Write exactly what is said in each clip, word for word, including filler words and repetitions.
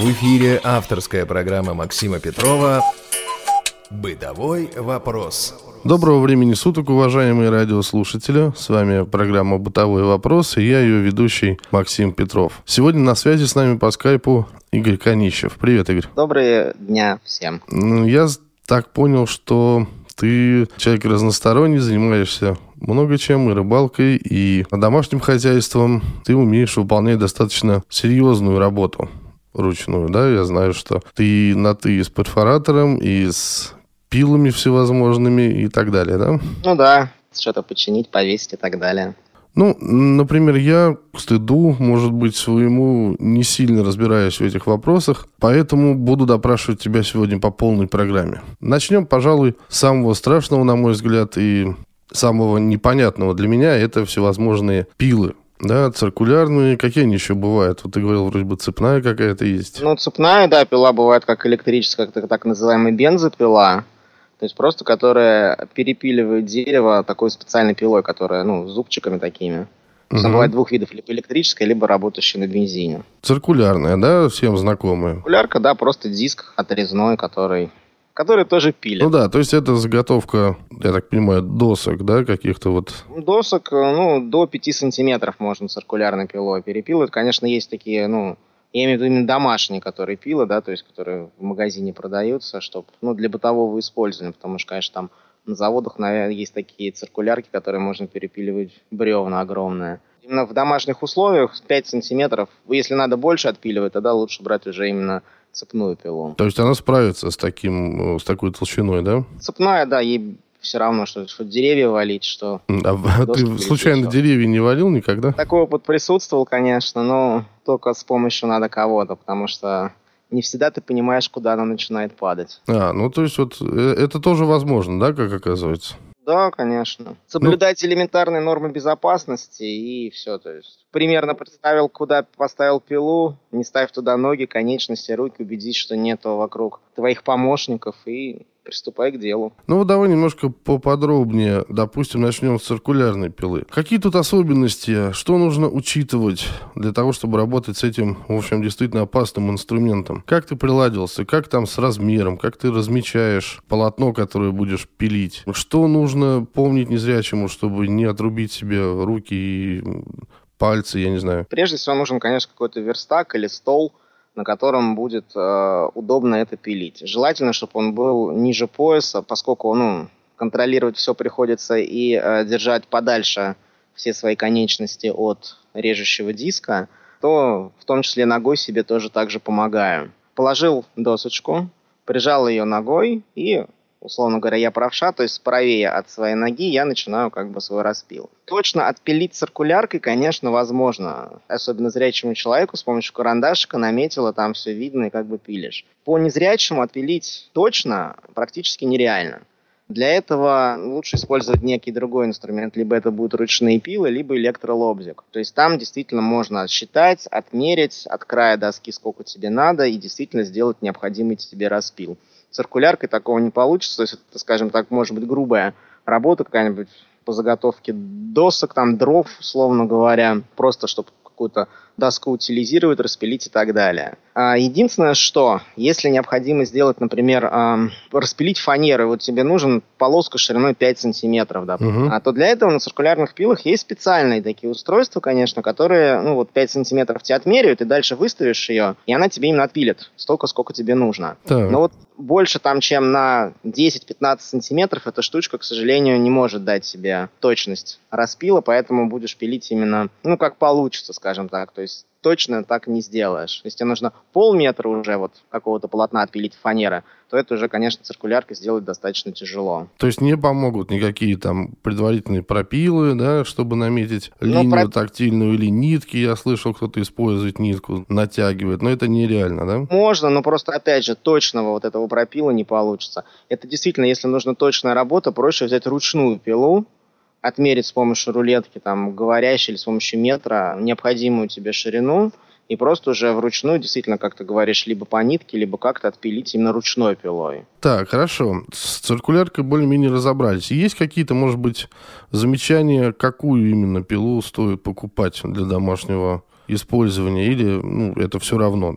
В эфире авторская программа Максима Петрова «Бытовой вопрос». Доброго времени суток, уважаемые радиослушатели. С вами программа «Бытовой вопрос» и я, ее ведущий Максим Петров. Сегодня на связи с нами по скайпу Игорь Конищев. Привет, Игорь. Доброго дня всем. Я так понял, что ты человек разносторонний, занимаешься много чем, и рыбалкой, и домашним хозяйством. Ты умеешь выполнять достаточно серьезную работу ручную, да? Я знаю, что ты на «ты» и с перфоратором, и с пилами всевозможными и так далее, да? Ну да, что-то починить, повесить и так далее. Ну, например, я к стыду, может быть, своему не сильно разбираюсь в этих вопросах, поэтому буду допрашивать тебя сегодня по полной программе. Начнем, пожалуй, с самого страшного, на мой взгляд, и самого непонятного для меня, это всевозможные пилы. Да, циркулярные, какие они еще бывают? Вот ты говорил, вроде бы цепная какая-то есть. Ну, цепная, да, пила бывает как электрическая, как так называемая бензопила. То есть просто, которая перепиливает дерево такой специальной пилой, которая, ну, с зубчиками такими. То есть, угу. Она бывает двух видов, либо электрическая, либо работающая на бензине. Циркулярная, да, всем знакомая? Циркулярка, да, просто диск отрезной, который... которые тоже пилят. Ну да, то есть это заготовка, я так понимаю, досок, да, каких-то вот... Досок, ну, до пяти сантиметров можно циркулярной пилой перепилывать. Конечно, есть такие, ну, я имею в виду именно домашние, которые пилы, да, то есть которые в магазине продаются, чтобы, ну, для бытового использования, потому что, конечно, там на заводах, наверное, есть такие циркулярки, которые можно перепиливать бревна огромные. Именно в домашних условиях пять сантиметров, если надо больше отпиливать, тогда лучше брать уже именно цепную пилу. То есть она справится с таким, с такой толщиной, да? Цепная, да, ей все равно, что, что деревья валить, что... А ты случайно все. Деревья не валил никогда? Такой опыт присутствовал, конечно, но только с помощью надо кого-то, потому что не всегда ты понимаешь, куда оно начинает падать. А, ну то есть вот это тоже возможно, да, как оказывается? Да, конечно. Соблюдать ну, элементарные нормы безопасности и все. То есть примерно представил, куда поставил пилу, не ставь туда ноги, конечности, руки, убедись, что нету вокруг твоих помощников и приступай к делу. Ну вот давай немножко поподробнее, допустим, начнем с циркулярной пилы. Какие тут особенности, что нужно учитывать для того, чтобы работать с этим, в общем, действительно опасным инструментом? Как ты приладился, как там с размером, как ты размечаешь полотно, которое будешь пилить? Что нужно помнить незрячему, чтобы не отрубить себе руки и пальцы, я не знаю? Прежде всего нужен, конечно, какой-то верстак или стол, на котором будет э, удобно это пилить. Желательно, чтобы он был ниже пояса, поскольку ну, контролировать все приходится и э, держать подальше все свои конечности от режущего диска, то в том числе ногой себе тоже так же помогаю. Положил досочку, прижал ее ногой и, условно говоря, я правша, то есть правее от своей ноги я начинаю как бы свой распил. Точно отпилить циркуляркой, конечно, возможно. Особенно зрячему человеку с помощью карандашика наметила, там все видно и как бы пилишь. По незрячему отпилить точно практически нереально. Для этого лучше использовать некий другой инструмент. Либо это будут ручные пилы, либо электролобзик. То есть там действительно можно отсчитать, отмерить от края доски, сколько тебе надо, и действительно сделать необходимый тебе распил. Циркуляркой такого не получится. То есть это, скажем так, может быть грубая работа какая-нибудь по заготовке досок, там дров, условно говоря, просто чтобы какую-то доску утилизировать, распилить и так далее. А, единственное, что, если необходимо сделать, например, а, распилить фанеру, вот тебе нужен полоска шириной пять сантиметров, да, угу. а, то для этого на циркулярных пилах есть специальные такие устройства, конечно, которые, ну, вот пять сантиметров тебе отмеряют, и дальше выставишь ее, и она тебе именно отпилит столько, сколько тебе нужно. Так. Но вот больше там, чем на десять-пятнадцать сантиметров, эта штучка, к сожалению, не может дать себе точность распила, поэтому будешь пилить именно, ну, как получится, скажем так, то есть точно так не сделаешь. Если тебе нужно полметра уже вот какого-то полотна отпилить фанеры, то это уже, конечно, циркуляркой сделать достаточно тяжело. То есть не помогут никакие там предварительные пропилы, да, чтобы наметить линию про... тактильную или нитки. Я слышал, кто-то использует нитку, натягивает, но это нереально, да? Можно, но просто, опять же, точного вот этого пропила не получится. Это действительно, если нужна точная работа, проще взять ручную пилу, отмерить с помощью рулетки, там, говорящей или с помощью метра необходимую тебе ширину и просто уже вручную, действительно, как ты говоришь, либо по нитке, либо как-то отпилить именно ручной пилой. Так, хорошо. С циркуляркой более-менее разобрались. Есть какие-то, может быть, замечания, какую именно пилу стоит покупать для домашнего использования? Или ну, это все равно там?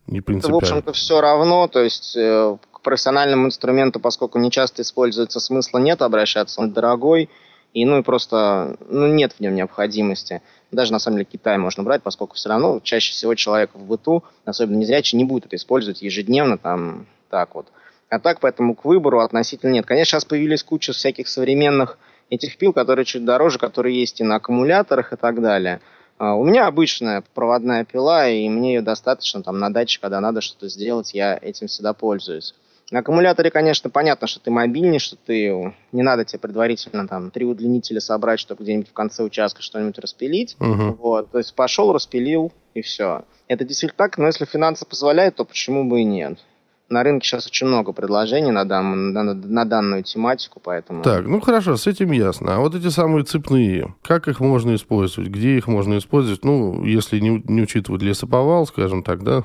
не Это, принципиально. в общем-то, все равно, то есть э, к профессиональному инструменту, поскольку не часто используется, смысла нет обращаться, он дорогой, и ну и просто ну, нет в нем необходимости. Даже, на самом деле, Китай можно брать, поскольку все равно чаще всего человек в быту, особенно незрячий, не будет это использовать ежедневно, там, так вот. А так, поэтому к выбору относительно нет. Конечно, сейчас появились куча всяких современных этих пил, которые чуть дороже, которые есть и на аккумуляторах и так далее. Uh, у меня обычная проводная пила, и мне ее достаточно там на даче, когда надо что-то сделать, я этим всегда пользуюсь. На аккумуляторе, конечно, понятно, что ты мобильнее, что ты не надо тебе предварительно там три удлинителя собрать, чтобы где-нибудь в конце участка что-нибудь распилить. Uh-huh. Вот, то есть пошел, распилил, и все. Это действительно так, но если финансы позволяют, то почему бы и нет? На рынке сейчас очень много предложений на, дан, на, на данную тематику, поэтому... Так, ну хорошо, с этим ясно. А вот эти самые цепные, как их можно использовать? Где их можно использовать? Ну, если не, не учитывать лесоповал, скажем так, да,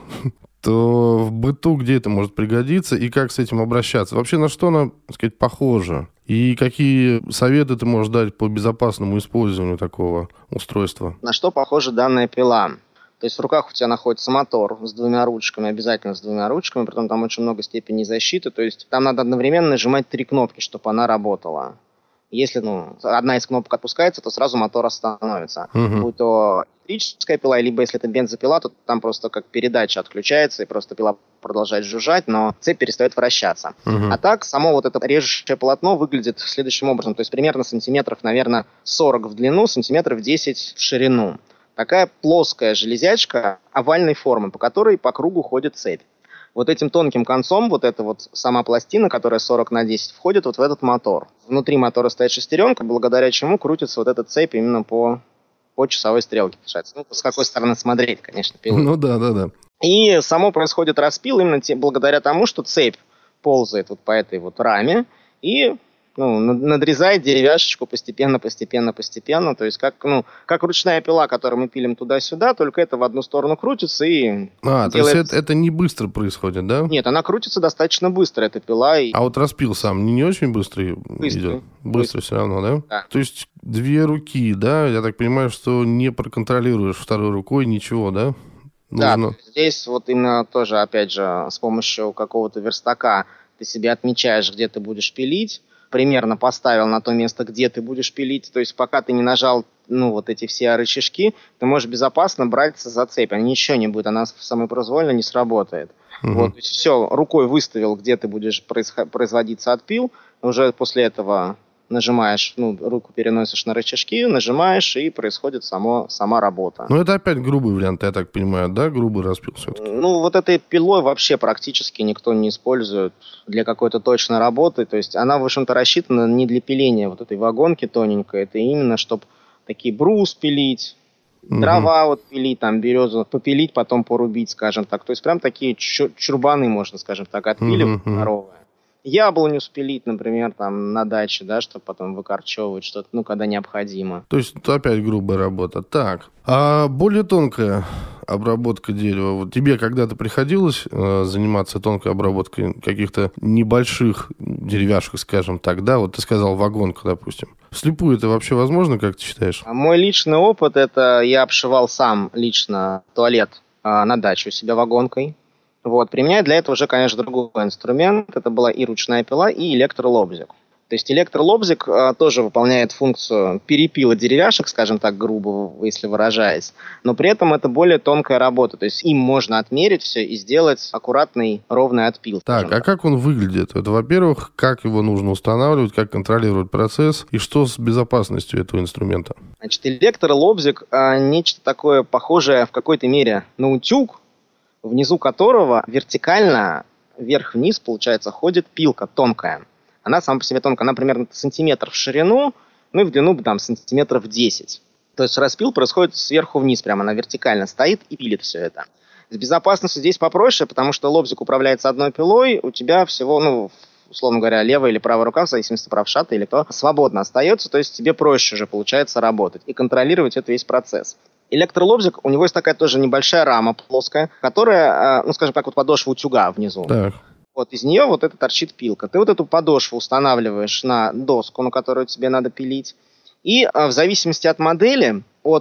то в быту где это может пригодиться и как с этим обращаться? Вообще, на что она, так сказать, похожа? И какие советы ты можешь дать по безопасному использованию такого устройства? На что похожа данная пила? То есть в руках у тебя находится мотор с двумя ручками, обязательно с двумя ручками, притом там очень много степеней защиты, то есть там надо одновременно нажимать три кнопки, чтобы она работала. Если ну, одна из кнопок отпускается, то сразу мотор остановится. Uh-huh. Будь то электрическая пила, либо если это бензопила, то там просто как передача отключается, и просто пила продолжает жужжать, но цепь перестает вращаться. Uh-huh. А так, само вот это режущее полотно выглядит следующим образом. То есть примерно сантиметров, наверное, сорок в длину, сантиметров десять в ширину. Такая плоская железячка овальной формы, по которой по кругу ходит цепь. Вот этим тонким концом, вот эта вот сама пластина, которая сорок на десять, входит вот в этот мотор. Внутри мотора стоит шестеренка, благодаря чему крутится вот эта цепь именно по, по часовой стрелке. Ну, с какой стороны смотреть, конечно, пилу. Ну да, да, да. И само происходит распил именно те, благодаря тому, что цепь ползает вот по этой вот раме и... Ну, надрезает деревяшечку постепенно, постепенно, постепенно. То есть как, ну, как ручная пила, которую мы пилим туда-сюда, только это в одну сторону крутится и... А, делает... то есть это, это не быстро происходит, да? Нет, она крутится достаточно быстро, эта пила. И... А вот распил сам не, не очень быстрый быстрый. идет? Быстро, быстро все равно, да? Да. То есть две руки, да? Я так понимаю, что не проконтролируешь второй рукой ничего, да? Нужно... Да, здесь вот именно тоже, опять же, с помощью какого-то верстака ты себе отмечаешь, где ты будешь пилить, примерно поставил на то место, где ты будешь пилить. То есть пока ты не нажал ну, вот эти все рычажки, ты можешь безопасно браться за цепь. Она ничего не будет, она самопроизвольно не сработает. Uh-huh. Вот, то есть все, рукой выставил, где ты будешь происход- производиться отпил. Уже после этого нажимаешь, ну, руку переносишь на рычажки, нажимаешь, и происходит само, сама работа. Ну, это опять грубый вариант, я так понимаю, да? Грубый распил все-таки. Ну, вот этой пилой вообще практически никто не использует для какой-то точной работы. То есть она, в общем-то, рассчитана не для пиления вот этой вагонки тоненькой. Это именно, чтобы такие брус пилить, угу. дрова вот пилить, там, березу попилить, потом порубить, скажем так. То есть прям такие чур- чурбаны, можно, скажем так, отпиливать угу. здоровые. Яблоню спилить, например, там на даче, да, чтобы потом выкорчевывать что-то, ну, когда необходимо. То есть это опять грубая работа. Так, а более тонкая обработка дерева. Вот тебе когда-то приходилось э, заниматься тонкой обработкой каких-то небольших деревяшек, скажем так, да? Вот ты сказал вагонка, допустим. Вслепую это вообще возможно, как ты считаешь? Мой личный опыт, это я обшивал сам лично туалет э, на даче у себя вагонкой. Вот, применяя для этого уже, конечно, другой инструмент. Это была и ручная пила, и электролобзик. То есть электролобзик а, тоже выполняет функцию перепила деревяшек, скажем так, грубо, если выражаясь. Но при этом это более тонкая работа. То есть им можно отмерить все и сделать аккуратный, ровный отпил. Так, а как он выглядит? Это, во-первых, как его нужно устанавливать, как контролировать процесс, и что с безопасностью этого инструмента? Значит, электролобзик а, нечто такое похожее в какой-то мере на утюг, внизу которого вертикально, вверх-вниз, получается, ходит пилка тонкая. Она сама по себе тонкая, она примерно сантиметр в ширину, ну и в длину там сантиметров десять. То есть распил происходит сверху вниз, прямо она вертикально стоит и пилит все это. С безопасностью здесь попроще, потому что лобзик управляется одной пилой, у тебя всего, ну, условно говоря, левая или правая рука, в зависимости правшата или кто, свободно остается, то есть тебе проще уже получается работать и контролировать этот весь процесс. Электролобзик, у него есть такая тоже небольшая рама плоская, которая, ну, скажем так, вот подошва утюга внизу. Так. Вот из нее вот это торчит пилка. Ты вот эту подошву устанавливаешь на доску, на которую тебе надо пилить. И в зависимости от модели, от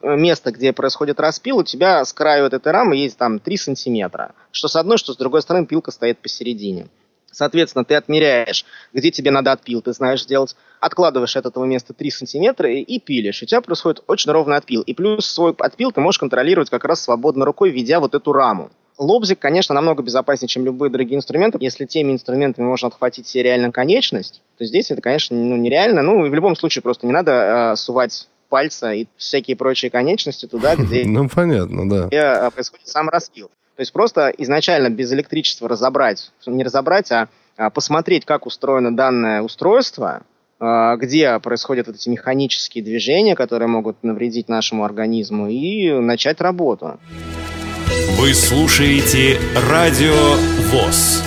место, где происходит распил, у тебя с краю вот этой рамы есть там три сантиметра. Что с одной, что с другой стороны пилка стоит посередине. Соответственно, ты отмеряешь, где тебе надо отпил, ты знаешь сделать, откладываешь от этого места три сантиметра и, и пилишь. И у тебя происходит очень ровный отпил. И плюс свой отпил ты можешь контролировать как раз свободной рукой, ведя вот эту раму. Лобзик, конечно, намного безопаснее, чем любые другие инструменты. Если теми инструментами можно отхватить себе реально конечность, то здесь это, конечно, ну, нереально. Ну, и в любом случае просто не надо э, сувать пальца и всякие прочие конечности туда, где ну, понятно, да. происходит сам распил. То есть просто изначально без электричества разобрать, не разобрать, а посмотреть, как устроено данное устройство, где происходят вот эти механические движения, которые могут навредить нашему организму, и начать работу. Вы слушаете Радио ВОС.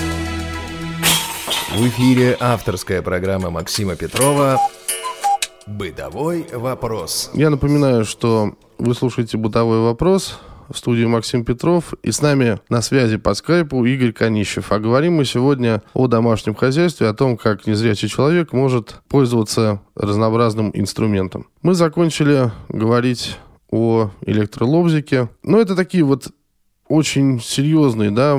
В эфире авторская программа Максима Петрова «Бытовой вопрос». Я напоминаю, что вы слушаете «Бытовой вопрос». В студии Максим Петров. И с нами на связи по скайпу Игорь Конищев. А говорим мы сегодня о домашнем хозяйстве, о том, как незрячий человек может пользоваться разнообразным инструментом. Мы закончили говорить о электролобзике. Но это такие вот очень серьезные, да,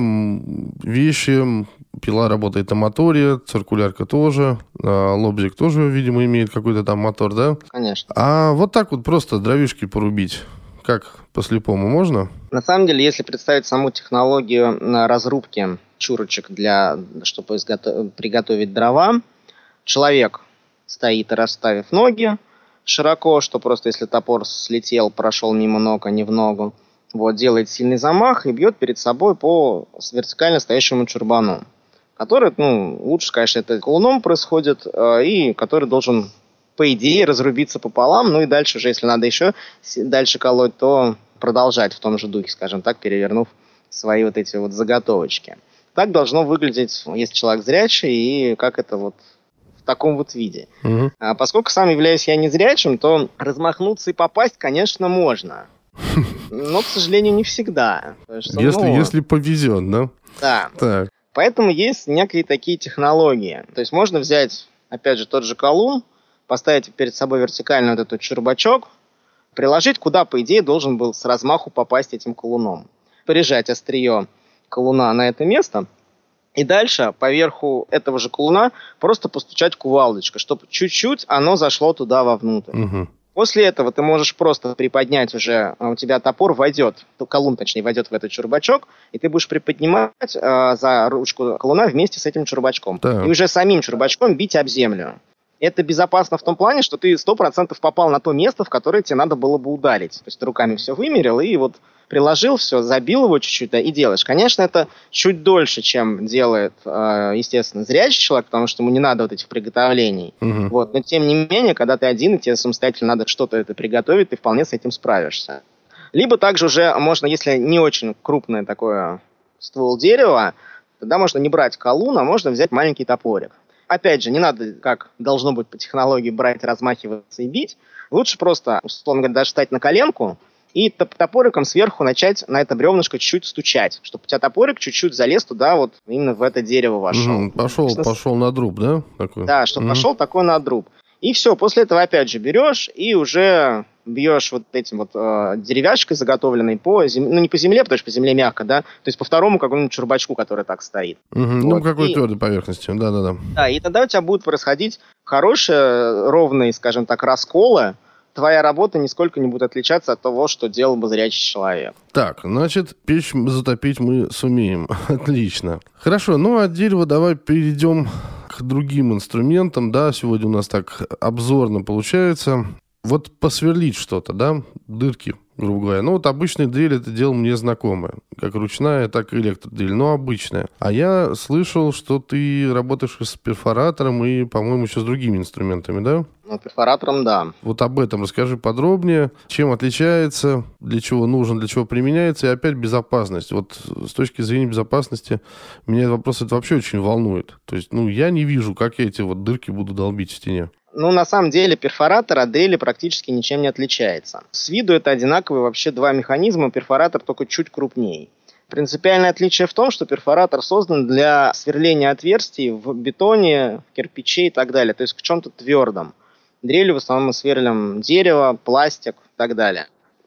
вещи. Пила работает на моторе, циркулярка тоже, а лобзик тоже, видимо, имеет какой-то там мотор, да? Конечно. А вот так вот просто дровишки порубить, как по-слепому можно? На самом деле, если представить саму технологию разрубки чурочек, для, чтобы изготов... приготовить дрова, человек стоит, расставив ноги широко, что просто если топор слетел, прошел мимо ног, а не в ногу, вот, делает сильный замах и бьет перед собой по вертикально стоящему чурбану, который, ну, лучше, конечно, это колуном происходит, и который должен, по идее, разрубиться пополам, ну и дальше уже, если надо еще дальше колоть, то продолжать в том же духе, скажем так, перевернув свои вот эти вот заготовочки. Так должно выглядеть, если человек зрячий, и как это вот в таком вот виде. Угу. А поскольку сам являюсь я незрячим, то размахнуться и попасть, конечно, можно. Но, к сожалению, не всегда. Что, если, ну, если повезет, да? Да. Так. Поэтому есть некие такие технологии. То есть можно взять, опять же, тот же колун, поставить перед собой вертикально вот этот чурбачок, приложить, куда, по идее, должен был с размаху попасть этим колуном. Прижать острие колуна на это место, и дальше поверху этого же колуна просто постучать кувалдочкой, чтобы чуть-чуть оно зашло туда вовнутрь. Угу. После этого ты можешь просто приподнять уже, у тебя топор войдет, колун, точнее, войдет в этот чурбачок, и ты будешь приподнимать э, за ручку колуна вместе с этим чурбачком. Да. И уже самим чурбачком бить об землю. Это безопасно в том плане, что ты сто процентов попал на то место, в которое тебе надо было бы ударить. То есть ты руками все вымерил и вот приложил все, забил его чуть-чуть, да, и делаешь. Конечно, это чуть дольше, чем делает, э, естественно, зрячий человек, потому что ему не надо вот этих приготовлений. Угу. Вот. Но тем не менее, когда ты один, и тебе самостоятельно надо что-то это приготовить, ты вполне с этим справишься. Либо также уже можно, если не очень крупное такое ствол дерева, тогда можно не брать колун, а можно взять маленький топорик. Опять же, не надо, как должно быть по технологии, брать, размахиваться и бить. Лучше просто, условно говоря, даже встать на коленку и топориком сверху начать на это бревнышко чуть-чуть стучать, чтобы у тебя топорик чуть-чуть залез туда, вот именно в это дерево вошел. Угу, пошел, Собственно, пошел надруб, да? Такой? Да, чтобы угу. пошел такой надруб. И все, после этого опять же берешь и уже бьешь вот этим вот э, деревяшкой заготовленной по земле, ну не по земле, потому что по земле мягко, да, то есть по второму какому-нибудь чурбачку, который так стоит. Угу, вот. Ну, какой и, твердой поверхности, да-да-да. Да, и тогда у тебя будут происходить хорошие, ровные, скажем так, расколы. Твоя работа нисколько не будет отличаться от того, что делал бы зрячий человек. Так, значит, печь затопить мы сумеем. Отлично. Хорошо, ну а от дерева давай перейдем к другим инструментам. Да, сегодня у нас так обзорно получается. Вот посверлить что-то, да, дырки, грубо говоря. Ну, вот обычная дрель — это дело мне знакомое. Как ручная, так и электродрель, но обычная. А я слышал, что ты работаешь с перфоратором и, по-моему, еще с другими инструментами, да? Ну, перфоратором, да. Вот об этом расскажи подробнее. Чем отличается, для чего нужен, для чего применяется, и опять безопасность. Вот с точки зрения безопасности меня этот вопрос это вообще очень волнует. То есть, ну, я не вижу, как я эти вот дырки буду долбить в стене. Ну, на самом деле, перфоратор от дрели практически ничем не отличается. С виду это одинаковые вообще два механизма, перфоратор только чуть крупнее. Принципиальное отличие в том, что перфоратор создан для сверления отверстий в бетоне, в кирпиче и так далее, то есть в чем-то твердом. Дрелью в основном мы сверлим дерево, пластик и так далее.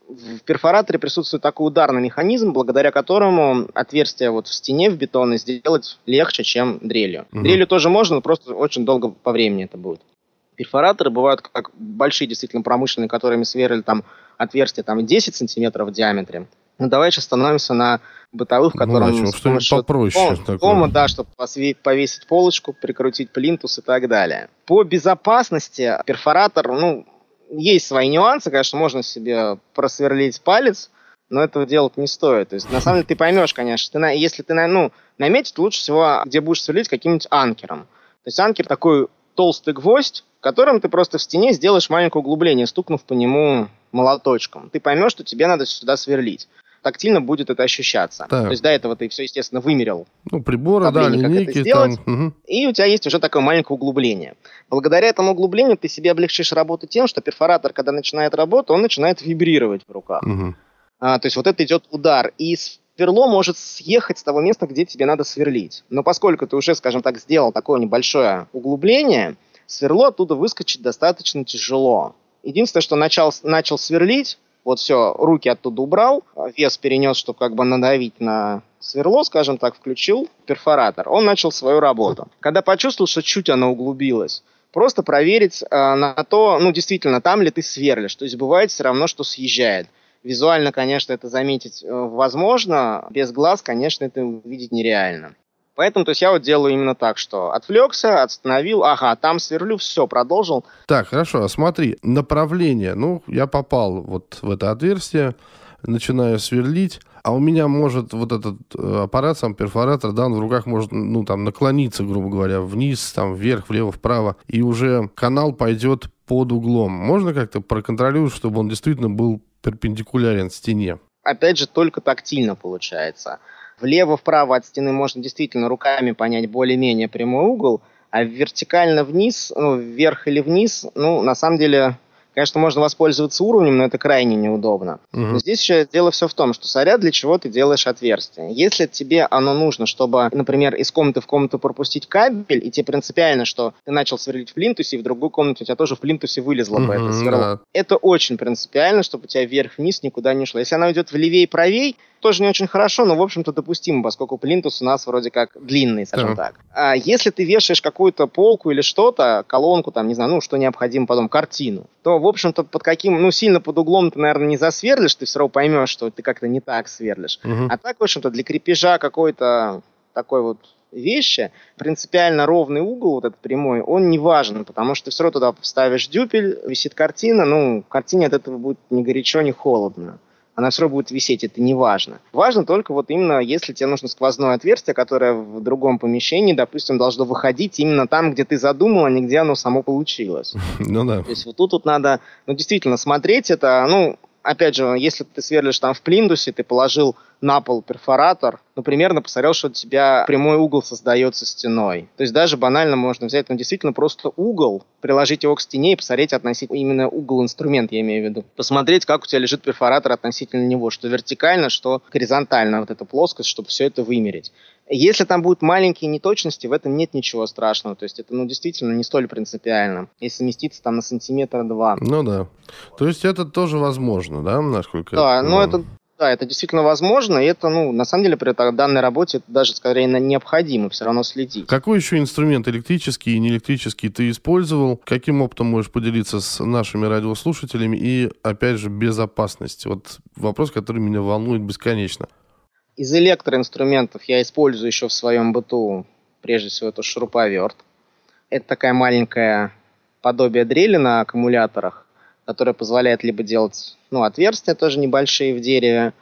в перфораторе присутствует такой ударный механизм, благодаря которому отверстие вот в стене, в бетоне сделать легче, чем дрелью. Угу. Дрелью тоже можно, но просто очень долго по времени это будет. Перфораторы бывают как большие, действительно промышленные, которыми сверлили там отверстия там, десять сантиметров в диаметре. Ну, давай сейчас остановимся на бытовых, которым ну, с помощью попроще дома, да, чтобы повесить полочку, прикрутить плинтус и так далее. По безопасности перфоратор, ну, есть свои нюансы, конечно, можно себе просверлить палец, но этого делать не стоит. То есть, на самом деле, ты поймешь, конечно, ты, если ты, ну, наметить, лучше всего, где будешь сверлить, каким-нибудь анкером. То есть, анкер такой толстый гвоздь, которым ты просто в стене сделаешь маленькое углубление, стукнув по нему молоточком. Ты поймешь, что тебе надо сюда сверлить. Тактильно будет это ощущаться. Так. То есть до этого ты все, естественно, вымерил. Ну, приборы, да, линейки. Сделать, там. Угу. И у тебя есть уже такое маленькое углубление. Благодаря этому углублению ты себе облегчишь работу тем, что перфоратор, когда начинает работу, он начинает вибрировать в руках. Угу. А, то есть вот это идет удар. И сверло может съехать с того места, где тебе надо сверлить. Но поскольку ты уже, скажем так, сделал такое небольшое углубление, сверло оттуда выскочить достаточно тяжело. Единственное, что начал, начал сверлить, вот все, руки оттуда убрал, вес перенес, чтобы как бы надавить на сверло, скажем так, включил перфоратор. Он начал свою работу. Когда почувствовал, что чуть оно углубилось, просто проверить э, на то, ну, действительно, там ли ты сверлишь. То есть бывает все равно, что съезжает. Визуально, конечно, это заметить э, возможно, без глаз, конечно, это увидеть нереально. Поэтому, то есть я вот делаю именно так, что отвлекся, остановил, ага, там сверлю, все, продолжил. Так, хорошо, а смотри, направление, ну, я попал вот в это отверстие, начинаю сверлить, а у меня может вот этот аппарат, сам перфоратор, да, он в руках может, ну, там, наклониться, грубо говоря, вниз, там, вверх, влево, вправо, и уже канал пойдет под углом. Можно как-то проконтролировать, чтобы он действительно был перпендикулярен стене? Опять же, только тактильно получается. Влево-вправо от стены можно действительно руками понять более-менее прямой угол, а вертикально вниз, ну, вверх или вниз, ну, на самом деле, конечно, можно воспользоваться уровнем, но это крайне неудобно. Угу. Но здесь еще дело все в том, что смотря для чего ты делаешь отверстие. Если тебе оно нужно, чтобы, например, из комнаты в комнату пропустить кабель, и тебе принципиально, что ты начал сверлить в плинтусе, и в другой комнате у тебя тоже в плинтусе вылезло бы угу, это сверло. Да. Это очень принципиально, чтобы у тебя вверх-вниз никуда не шло. Если она идет влевее-правей, тоже не очень хорошо, но, в общем-то, допустимо, поскольку плинтус у нас вроде как длинный, скажем да. так. А если ты вешаешь какую-то полку или что-то, колонку, там, не знаю, ну, что необходимо потом, картину, то, в общем-то, под каким, ну, сильно под углом ты, наверное, не засверлишь, ты все равно поймешь, что ты как-то не так сверлишь. Угу. А так, в общем-то, для крепежа какой-то такой вот вещи, принципиально ровный угол, вот этот прямой, он не важен, потому что ты все равно туда вставишь дюпель, висит картина, ну, картине от этого будет ни горячо, ни холодно. Она все равно будет висеть, это не важно. Важно только вот именно, если тебе нужно сквозное отверстие, которое в другом помещении, допустим, должно выходить именно там, где ты задумал, а не где оно само получилось. Ну да. То есть вот тут вот надо, ну, действительно смотреть это, ну, опять же, если ты сверлишь там в плинтусе, ты положил на пол перфоратор, ну, примерно посмотрел, что у тебя прямой угол создается стеной. То есть даже банально можно взять, ну, действительно просто угол, приложить его к стене и посмотреть относительно именно угол инструмент, я имею в виду. Посмотреть, как у тебя лежит перфоратор относительно него, что вертикально, что горизонтально, вот эта плоскость, чтобы все это вымерить. Если там будут маленькие неточности, в этом нет ничего страшного. То есть это, ну, действительно не столь принципиально. Если сместиться там на сантиметр-два. Ну да. То есть это тоже возможно, да, насколько Да, я ну это... Да, это действительно возможно, и это, ну, на самом деле, при данной работе это даже, скорее, необходимо все равно следить. Какой еще инструмент, электрический и неэлектрический, ты использовал? Каким опытом можешь поделиться с нашими радиослушателями? И, опять же, безопасность. Вот вопрос, который меня волнует бесконечно. Из электроинструментов я использую еще в своем быту, прежде всего, это шуруповерт. Это такая маленькая подобие дрели на аккумуляторах, которая позволяет либо делать, ну, отверстия тоже небольшие в дереве,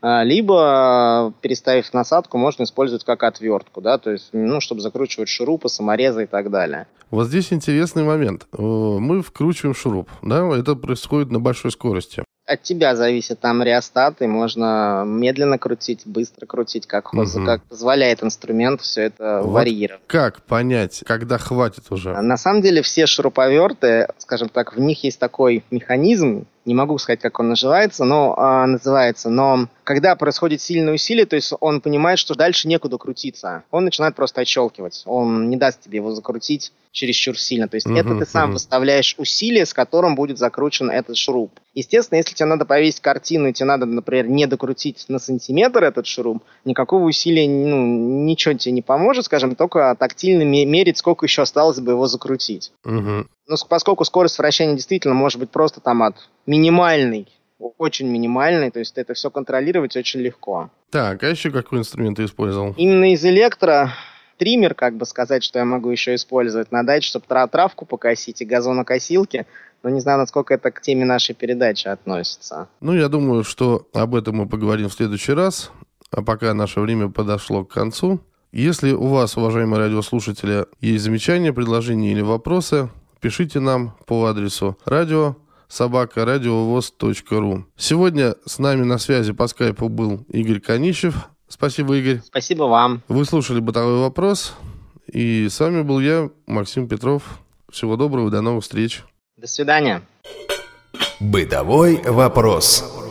либо, переставив насадку, можно использовать как отвертку, да, то есть, ну, чтобы закручивать шурупы, саморезы и так далее. Вот здесь интересный момент. Мы вкручиваем шуруп, да, это происходит на большой скорости. От тебя зависит там реостат, и можно медленно крутить, быстро крутить, как, угу. как позволяет инструмент все это вот варьировать. Как понять, когда хватит уже? На самом деле все шуруповерты, скажем так, в них есть такой механизм, Не могу сказать, как он называется, но а, называется. Но когда происходит сильное усилие, то есть он понимает, что дальше некуда крутиться. Он начинает просто отщелкивать. Он не даст тебе его закрутить чересчур сильно. То есть uh-huh, это ты сам uh-huh. выставляешь усилие, с которым будет закручен этот шуруп. Естественно, если тебе надо повесить картину, и тебе надо, например, не докрутить на сантиметр этот шуруп, никакого усилия, ну, ничего тебе не поможет, скажем, только тактильно мерить, сколько еще осталось бы его закрутить. Uh-huh. Но поскольку скорость вращения действительно может быть просто там от минимальной, очень минимальной, то есть это все контролировать очень легко. Так, а еще какой инструмент ты использовал? Именно из электро триммер, как бы сказать, что я могу еще использовать на даче, чтобы трав- травку покосить и газонокосилки, но не знаю, насколько это к теме нашей передачи относится. Ну, я думаю, что об этом мы поговорим в следующий раз, а пока наше время подошло к концу. Если у вас, уважаемые радиослушатели, есть замечания, предложения или вопросы, пишите нам по адресу радио собака радиовоз точка ру. Сегодня с нами на связи по скайпу был Игорь Канищев. Спасибо, Игорь. Спасибо вам. Вы слушали «Бытовой вопрос». И с вами был я, Максим Петров. Всего доброго, до новых встреч. До свидания. «Бытовой вопрос».